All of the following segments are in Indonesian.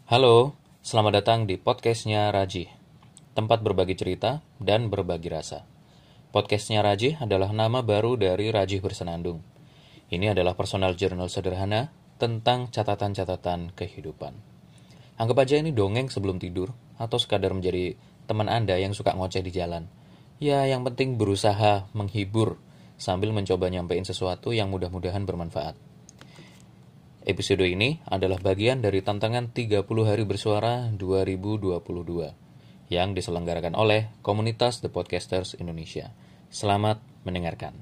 Halo, selamat datang di podcastnya Raji, tempat berbagi cerita dan berbagi rasa. Podcastnya Raji adalah nama baru dari Raji Bersenandung. Ini adalah personal journal sederhana tentang catatan-catatan kehidupan. Anggap aja ini dongeng sebelum tidur, atau sekadar menjadi teman Anda yang suka ngoceh di jalan. Ya, yang penting berusaha menghibur sambil mencoba nyampein sesuatu yang mudah-mudahan bermanfaat. Episode ini adalah bagian dari tantangan 30 hari bersuara 2022 yang diselenggarakan oleh komunitas The Podcasters Indonesia. Selamat mendengarkan.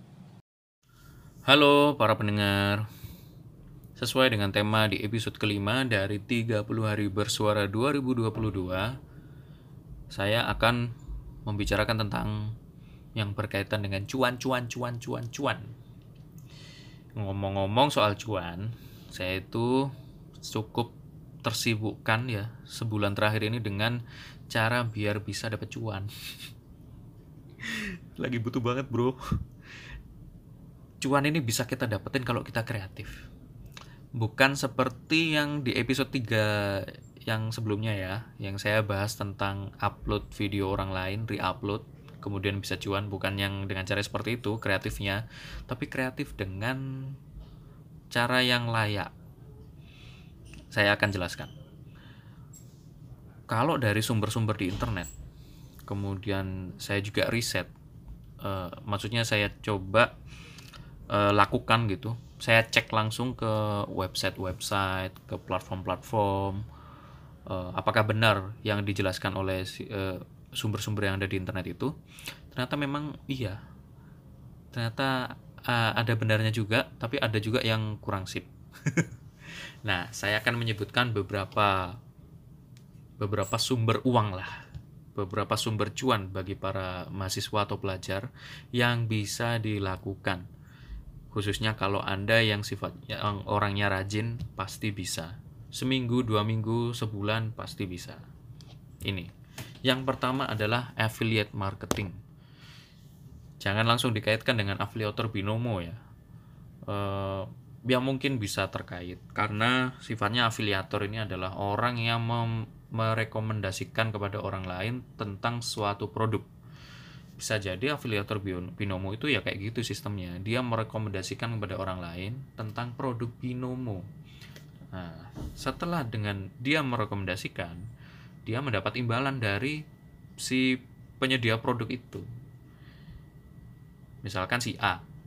Halo para pendengar. Sesuai dengan tema di episode kelima dari 30 hari bersuara 2022, saya akan membicarakan tentang yang berkaitan dengan cuan. Ngomong-ngomong soal cuan, saya itu cukup tersibukkan ya sebulan terakhir ini dengan cara biar bisa dapat cuan. Lagi butuh banget bro. Cuan ini bisa kita dapetin kalau kita kreatif. Bukan seperti yang di episode 3 yang sebelumnya ya, yang saya bahas tentang upload video orang lain, re-upload, kemudian bisa cuan. Bukan yang dengan cara seperti itu kreatifnya, tapi kreatif dengan cara yang layak. Saya akan jelaskan. Kalau dari sumber-sumber di internet, kemudian saya juga riset, maksudnya saya coba lakukan gitu. Saya cek langsung ke website, ke platform-platform, apakah benar yang dijelaskan oleh sumber-sumber yang ada di internet itu. Ternyata memang iya. Ternyata ada benarnya juga, tapi ada juga yang kurang sip. Nah, saya akan menyebutkan beberapa sumber uang lah, beberapa sumber cuan bagi para mahasiswa atau pelajar yang bisa dilakukan. Khususnya kalau Anda yang orangnya rajin, pasti bisa. Seminggu, 2 minggu, sebulan pasti bisa. Ini. Yang pertama adalah affiliate marketing. Jangan langsung dikaitkan dengan afiliator binomo ya. Yang mungkin bisa terkait, karena sifatnya afiliator ini adalah orang yang merekomendasikan kepada orang lain tentang suatu produk. Bisa jadi afiliator binomo itu ya kayak gitu sistemnya. Dia merekomendasikan kepada orang lain tentang produk binomo. Nah, setelah dengan dia merekomendasikan, dia mendapat imbalan dari si penyedia produk itu. Misalkan si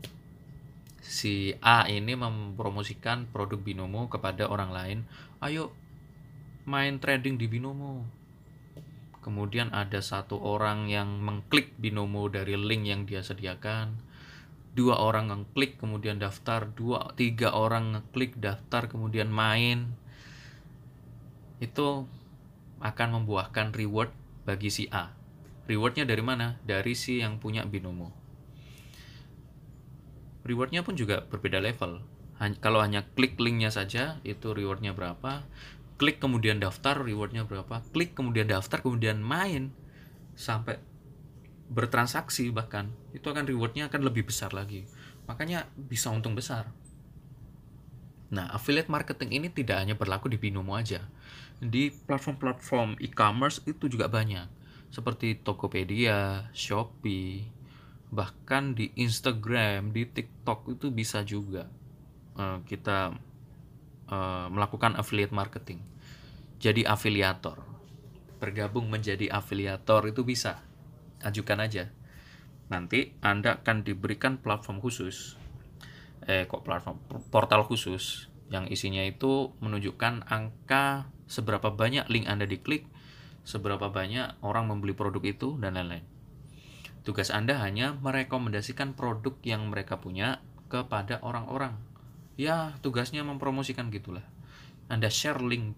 A ini mempromosikan produk binomo kepada orang lain. Ayo main trading di binomo. Kemudian ada satu orang yang mengklik binomo dari link yang dia sediakan, 2 orang ngeklik kemudian daftar, 3 orang ngeklik daftar kemudian main. Itu akan membuahkan reward bagi si A. Rewardnya dari mana? Dari si yang punya binomo. Rewardnya pun juga berbeda level. Kalau hanya klik linknya saja, itu rewardnya berapa. Klik kemudian daftar, rewardnya berapa. Klik kemudian daftar, kemudian main sampai bertransaksi bahkan, itu akan rewardnya akan lebih besar lagi. Makanya bisa untung besar. Nah, affiliate marketing ini tidak hanya berlaku di binomo aja. Di platform-platform e-commerce itu juga banyak. Seperti Tokopedia, Shopee, bahkan di Instagram, di TikTok itu bisa juga kita melakukan affiliate marketing. Jadi afiliator, bergabung menjadi afiliator itu bisa. Ajukan aja. Nanti Anda akan diberikan platform khusus, portal khusus yang isinya itu menunjukkan angka seberapa banyak link Anda diklik, seberapa banyak orang membeli produk itu, dan lain-lain. Tugas Anda hanya merekomendasikan produk yang mereka punya kepada orang-orang. Ya, tugasnya mempromosikan gitulah. Anda share link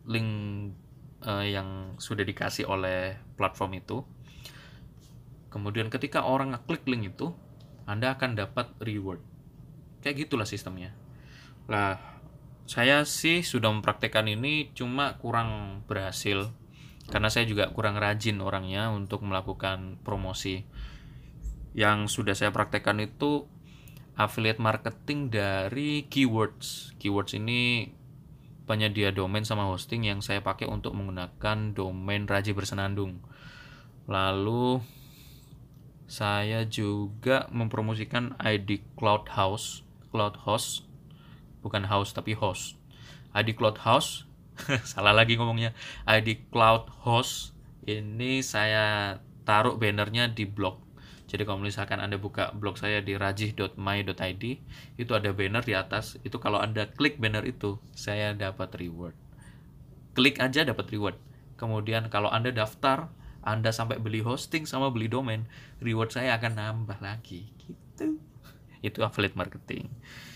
yang sudah dikasih oleh platform itu. Kemudian ketika orang ngeklik link itu, Anda akan dapat reward. Kayak gitulah sistemnya. Lah, saya sih sudah mempraktekkan ini, cuma kurang berhasil karena saya juga kurang rajin orangnya untuk melakukan promosi. Yang sudah saya praktekkan itu affiliate marketing dari keywords. Keywords ini penyedia domain sama hosting yang saya pakai untuk menggunakan domain Raji Bersenandung. Lalu saya juga mempromosikan ID Cloud Host, bukan house tapi host. ID Cloud Host, salah lagi ngomongnya. ID Cloud Host ini saya taruh bannernya di blog. Jadi kalau misalkan Anda buka blog saya di rajih.my.id, itu ada banner di atas. Itu kalau Anda klik banner itu, saya dapat reward. Klik aja dapat reward. Kemudian kalau Anda daftar, Anda sampai beli hosting sama beli domain, reward saya akan nambah lagi. Gitu. Itu affiliate marketing.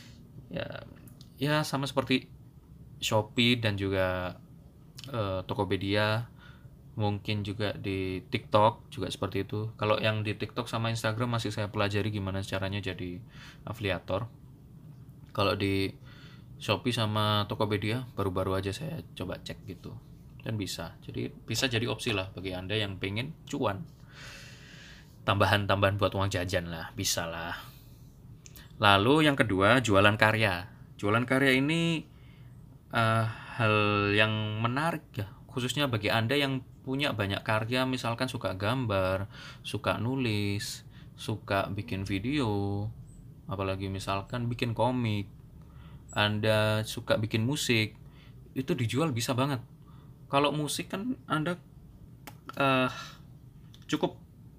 Ya sama seperti Shopee dan juga Tokopedia. Mungkin juga di TikTok juga seperti itu. Kalau yang di TikTok sama Instagram masih saya pelajari gimana caranya jadi afiliator. Kalau di Shopee sama Tokopedia baru-baru aja saya coba cek gitu. Dan bisa. Jadi bisa jadi opsi lah bagi Anda yang pengen cuan. Tambahan-tambahan buat uang jajan lah, bisa lah. Lalu yang kedua, jualan karya. Jualan karya ini hal yang menarik ya, khususnya bagi Anda yang punya banyak karya, misalkan suka gambar, suka nulis, suka bikin video, apalagi misalkan bikin komik, Anda suka bikin musik, itu dijual bisa banget. Kalau musik kan Anda cukup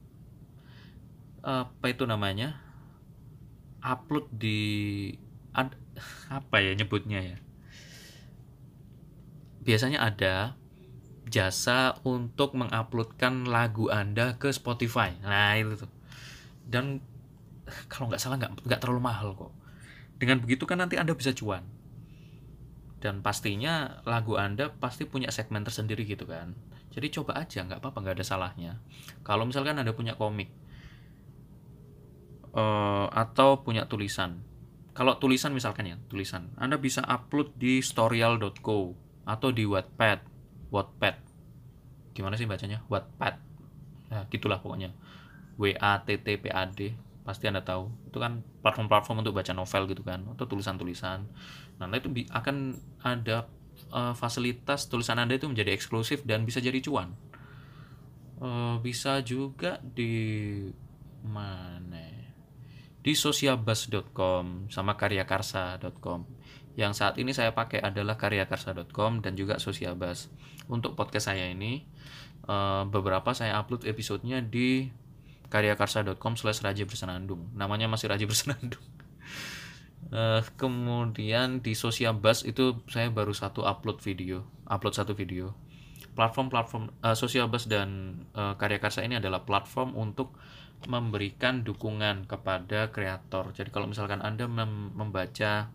apa itu namanya, upload di apa ya nyebutnya ya, biasanya ada jasa untuk menguploadkan lagu Anda ke Spotify. Nah itu tuh. Dan kalau nggak salah nggak terlalu mahal kok. Dengan begitu kan nanti Anda bisa cuan. Dan pastinya lagu Anda pasti punya segmen tersendiri gitu kan. Jadi coba aja, nggak apa-apa, nggak ada salahnya. Kalau misalkan Anda punya komik atau punya tulisan. Kalau tulisan misalkan ya, tulisan. Anda bisa upload di storyal.co atau di Wattpad. Gimana sih bacanya? Wattpad. Nah, gitulah pokoknya. WATTPAD, pasti Anda tahu. Itu kan platform-platform untuk baca novel gitu kan, atau tulisan-tulisan. Nah, itu akan ada fasilitas tulisan Anda itu menjadi eksklusif dan bisa jadi cuan. Bisa juga di mana? Di sociabuzz.com sama karyakarsa.com. Yang saat ini saya pakai adalah karyakarsa.com dan juga Sociabuzz. Untuk podcast saya ini, beberapa saya upload episodenya di karyakarsa.com/Raji Bersenandung. Namanya masih Raji Bersenandung. Kemudian di Sociabuzz itu saya baru upload satu video. Platform Sociabuzz dan Karyakarsa ini adalah platform untuk memberikan dukungan kepada kreator. Jadi kalau misalkan Anda membaca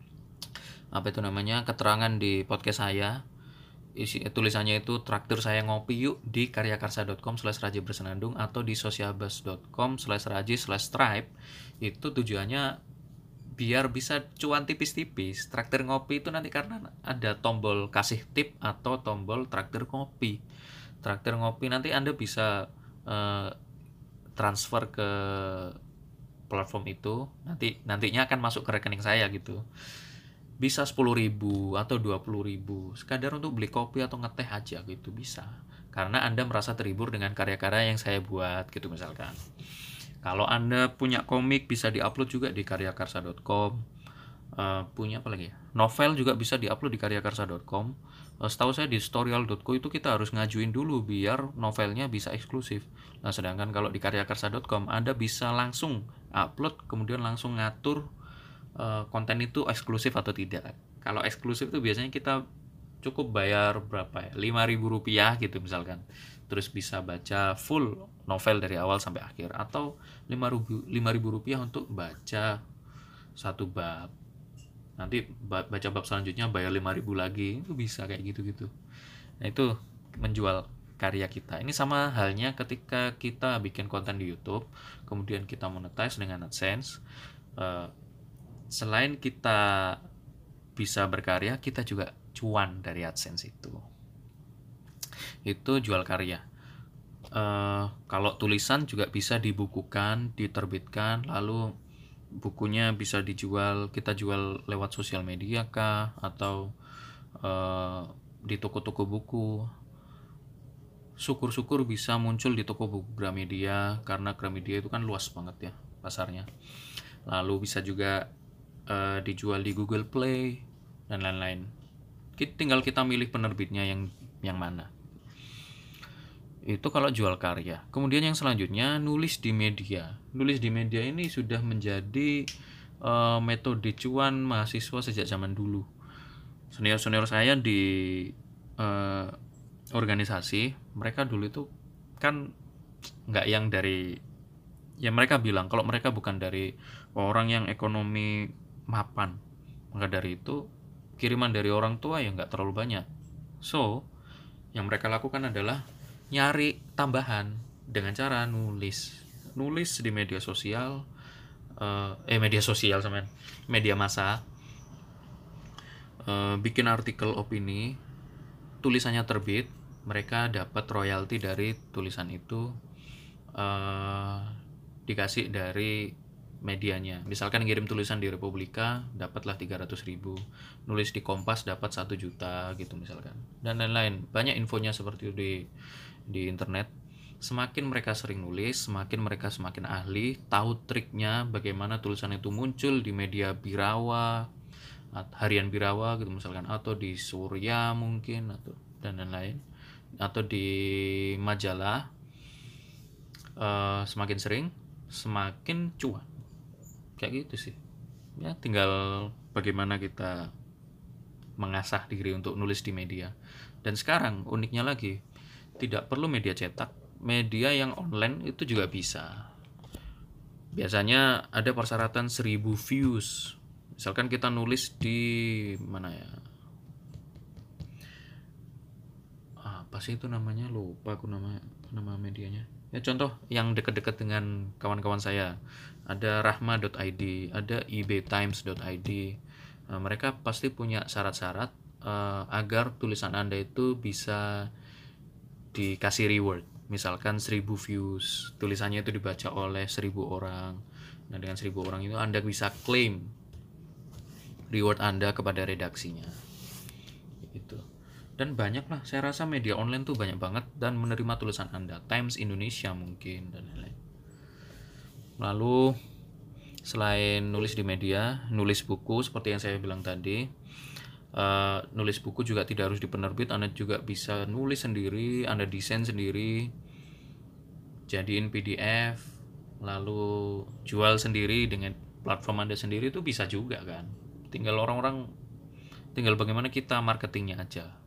keterangan di podcast saya, tulisannya itu traktir saya ngopi yuk di karyakarsa.com/Raji Bersenandung atau di sociabuzz.com/Raji/stripe. Itu tujuannya biar bisa cuan tipis-tipis. Traktir ngopi itu nanti karena ada tombol kasih tip atau tombol traktir ngopi. Traktir ngopi nanti Anda bisa transfer ke platform itu, nantinya akan masuk ke rekening saya gitu. Bisa 10.000 atau 20.000 sekadar untuk beli kopi atau ngeteh aja gitu, bisa. Karena Anda merasa terhibur dengan karya-karya yang saya buat gitu misalkan. Kalau Anda punya komik bisa diupload juga di karyakarsa.com. Punya apa lagi ya? Novel juga bisa diupload di karyakarsa.com. Setahu saya di storyal.co itu kita harus ngajuin dulu biar novelnya bisa eksklusif. Nah, sedangkan kalau di karyakarsa.com Anda bisa langsung upload kemudian langsung ngatur konten itu eksklusif atau tidak. Kalau eksklusif itu biasanya kita cukup bayar berapa ya? Rp5.000 gitu misalkan. Terus bisa baca full novel dari awal sampai akhir, atau Rp5.000 untuk baca satu bab. Nanti baca bab selanjutnya bayar 5.000 lagi. Itu bisa kayak gitu-gitu. Nah, itu menjual karya kita. Ini sama halnya ketika kita bikin konten di YouTube, kemudian kita monetize dengan AdSense. Selain kita bisa berkarya, kita juga cuan dari AdSense itu. Itu jual karya. Kalau tulisan juga bisa dibukukan, diterbitkan, lalu bukunya bisa dijual, kita jual lewat sosial media kah, atau di toko-toko buku. Syukur-syukur bisa muncul di toko buku Gramedia, karena Gramedia itu kan luas banget ya pasarnya. Lalu bisa juga dijual di Google Play dan lain-lain. Tinggal kita milih penerbitnya yang mana. Itu kalau jual karya. Kemudian yang selanjutnya, nulis di media. Nulis di media ini sudah menjadi metode cuan mahasiswa sejak zaman dulu. Senior-senior saya di organisasi, mereka dulu itu kan nggak yang dari, ya mereka bilang kalau mereka bukan dari orang yang ekonomi mapan, maka dari itu kiriman dari orang tua ya nggak terlalu banyak. So yang mereka lakukan adalah nyari tambahan dengan cara nulis di media sosial, media massa, bikin artikel opini, tulisannya terbit, mereka dapat royalti dari tulisan itu, dikasih dari medianya. Misalkan ngirim tulisan di Republika, dapatlah 300.000, nulis di Kompas dapat 1 juta gitu misalkan, dan lain-lain. Banyak infonya seperti itu di internet. Semakin mereka sering nulis, semakin ahli, tahu triknya bagaimana tulisan itu muncul di media Birawa, harian Birawa gitu misalkan, atau di Surya mungkin, atau dan lain-lain, atau di majalah. Semakin sering semakin cuan, kayak gitu sih ya. Tinggal bagaimana kita mengasah diri untuk nulis di media. Dan sekarang uniknya lagi, tidak perlu media cetak, media yang online itu juga bisa. Biasanya ada persyaratan 1000 views. Misalkan kita nulis di mana ya, apa sih itu namanya, lupa aku nama medianya ya. Contoh yang dekat-dekat dengan kawan-kawan saya, ada rahma.id, ada ibtimes.id. Mereka pasti punya syarat-syarat agar tulisan Anda itu bisa dikasih reward. Misalkan 1000 views, tulisannya itu dibaca oleh 1000 orang. Nah dengan 1000 orang itu Anda bisa claim reward Anda kepada redaksinya gitu. Dan banyak lah, saya rasa media online tuh banyak banget dan menerima tulisan Anda. Times Indonesia mungkin dan lain-lain. Lalu selain nulis di media, nulis buku seperti yang saya bilang tadi. Nulis buku juga tidak harus di penerbit, Anda juga bisa nulis sendiri, Anda desain sendiri, jadiin PDF, lalu jual sendiri dengan platform Anda sendiri, itu bisa juga kan. Tinggal bagaimana kita marketingnya aja.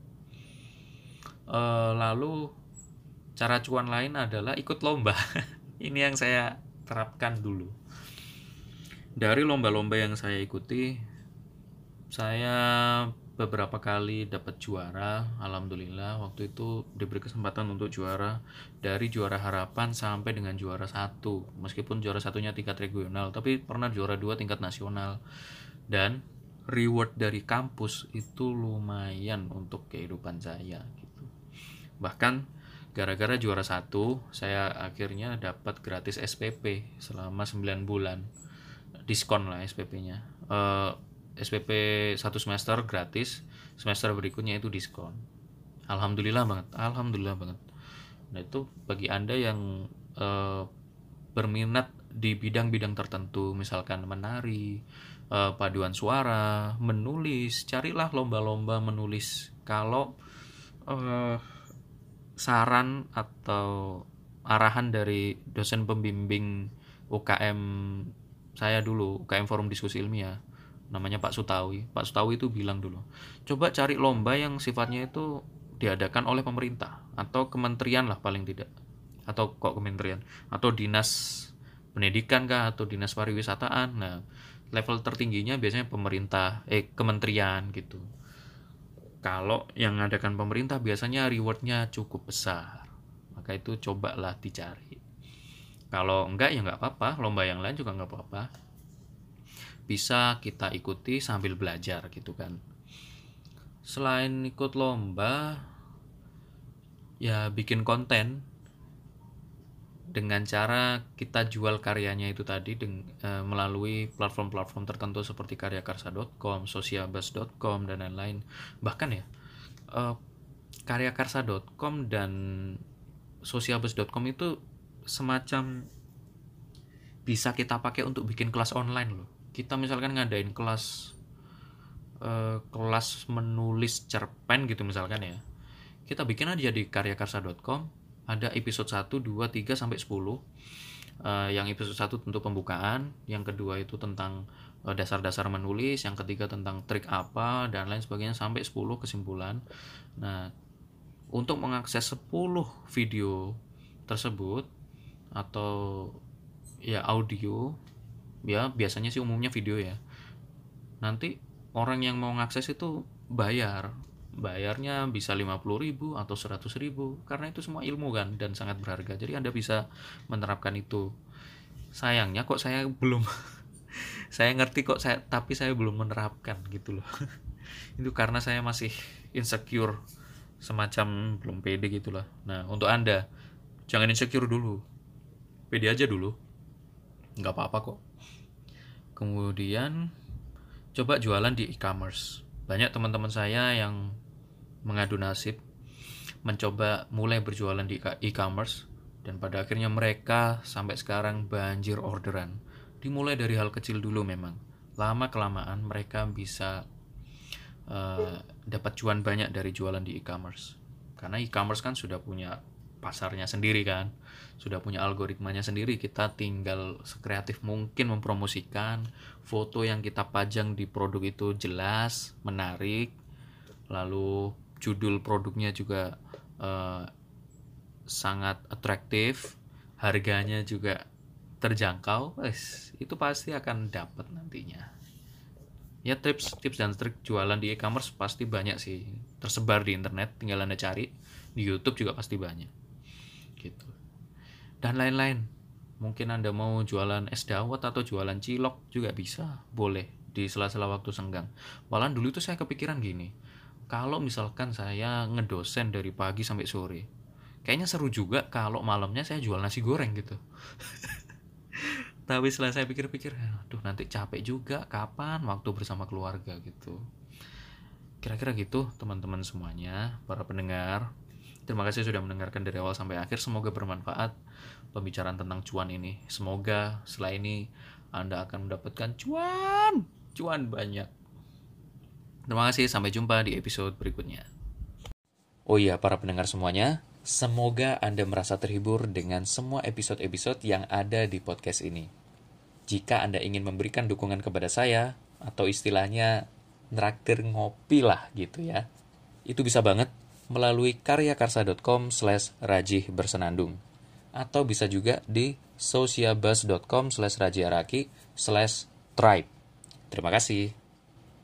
Lalu cara cuan lain adalah ikut lomba. Ini yang saya terapkan dulu. Dari lomba-lomba yang saya ikuti, saya beberapa kali dapat juara. Alhamdulillah waktu itu diberi kesempatan untuk juara, dari juara harapan sampai dengan juara 1. Meskipun juara 1-nya tingkat regional, tapi pernah juara 2 tingkat nasional. Dan reward dari kampus itu lumayan untuk kehidupan saya gitu. Bahkan gara-gara juara 1, saya akhirnya dapat gratis SPP selama 9 bulan. Diskon lah SPP-nya. SPP 1 semester gratis, semester berikutnya itu diskon. Alhamdulillah banget. Nah itu bagi Anda yang berminat di bidang-bidang tertentu, misalkan menari, paduan suara, menulis, carilah lomba-lomba menulis. Kalau saran atau arahan dari dosen pembimbing UKM saya dulu, UKM Forum Diskusi Ilmiah, namanya Pak Sutawi. Pak Sutawi itu bilang dulu, coba cari lomba yang sifatnya itu diadakan oleh pemerintah atau kementerian lah paling tidak, atau kok kementerian, atau dinas pendidikan kah, atau dinas pariwisataan. Nah level tertingginya biasanya kementerian gitu. Kalau yang ngadakan pemerintah biasanya rewardnya cukup besar, maka itu cobalah dicari. Kalau enggak ya nggak apa-apa, lomba yang lain juga nggak apa-apa, bisa kita ikuti sambil belajar gitu kan. Selain ikut lomba, ya bikin konten. dengan cara kita jual karyanya itu tadi melalui platform-platform tertentu seperti karyakarsa.com, sociabuzz.com dan lain-lain. Bahkan ya karyakarsa.com dan sociabuzz.com itu semacam bisa kita pakai untuk bikin kelas online loh. Kita misalkan ngadain kelas menulis cerpen gitu misalkan ya. Kita bikin aja di karyakarsa.com, ada episode 1, 2, 3 sampai 10. Yang episode 1 tentu pembukaan, yang kedua itu tentang dasar-dasar menulis, yang ketiga tentang trik apa dan lain sebagainya sampai 10 kesimpulan. Nah, untuk mengakses 10 video tersebut atau ya audio, ya biasanya sih umumnya video ya. Nanti orang yang mau ngakses itu bayarnya bisa 50.000 atau 100.000 karena itu semua ilmu kan dan sangat berharga. Jadi Anda bisa menerapkan itu. Sayangnya kok saya belum saya ngerti kok tapi saya belum menerapkan gitu loh. Itu karena saya masih insecure, semacam belum pede gitu lah. Nah, untuk Anda jangan insecure dulu. Pede aja dulu. Nggak apa-apa kok. Kemudian coba jualan di e-commerce. Banyak teman-teman saya yang mengadu nasib mencoba mulai berjualan di e-commerce dan pada akhirnya mereka sampai sekarang banjir orderan. Dimulai dari hal kecil dulu memang. Lama-kelamaan mereka bisa dapat cuan banyak dari jualan di e-commerce. Karena e-commerce kan sudah punya pasarnya sendiri kan, sudah punya algoritmanya sendiri. Kita tinggal sekreatif mungkin mempromosikan foto yang kita pajang di produk itu jelas, menarik, lalu judul produknya juga sangat atraktif, harganya juga terjangkau, itu pasti akan dapat nantinya. Ya, tips dan trik jualan di e-commerce pasti banyak sih, tersebar di internet, tinggal Anda cari. Di YouTube juga pasti banyak gitu. Dan lain-lain. Mungkin Anda mau jualan es dawet atau jualan cilok juga bisa, boleh di sela-sela waktu senggang. Malah dulu itu saya kepikiran gini, kalau misalkan saya ngedosen dari pagi sampai sore, kayaknya seru juga kalau malamnya saya jual nasi goreng gitu. Tapi setelah saya pikir-pikir, aduh nanti capek juga, kapan waktu bersama keluarga gitu. Kira-kira gitu teman-teman semuanya, para pendengar. Terima kasih sudah mendengarkan dari awal sampai akhir. Semoga bermanfaat pembicaraan tentang cuan ini. Semoga setelah ini Anda akan mendapatkan cuan banyak. Terima kasih, sampai jumpa di episode berikutnya. Oh iya, para pendengar semuanya, semoga Anda merasa terhibur dengan semua episode-episode yang ada di podcast ini. Jika Anda ingin memberikan dukungan kepada saya, atau istilahnya nraktir ngopi lah gitu ya, itu bisa banget melalui karyakarsa.com/rajih bersenandung, atau bisa juga di sociabuzz.com/rajiaraki/tribe. Terima kasih.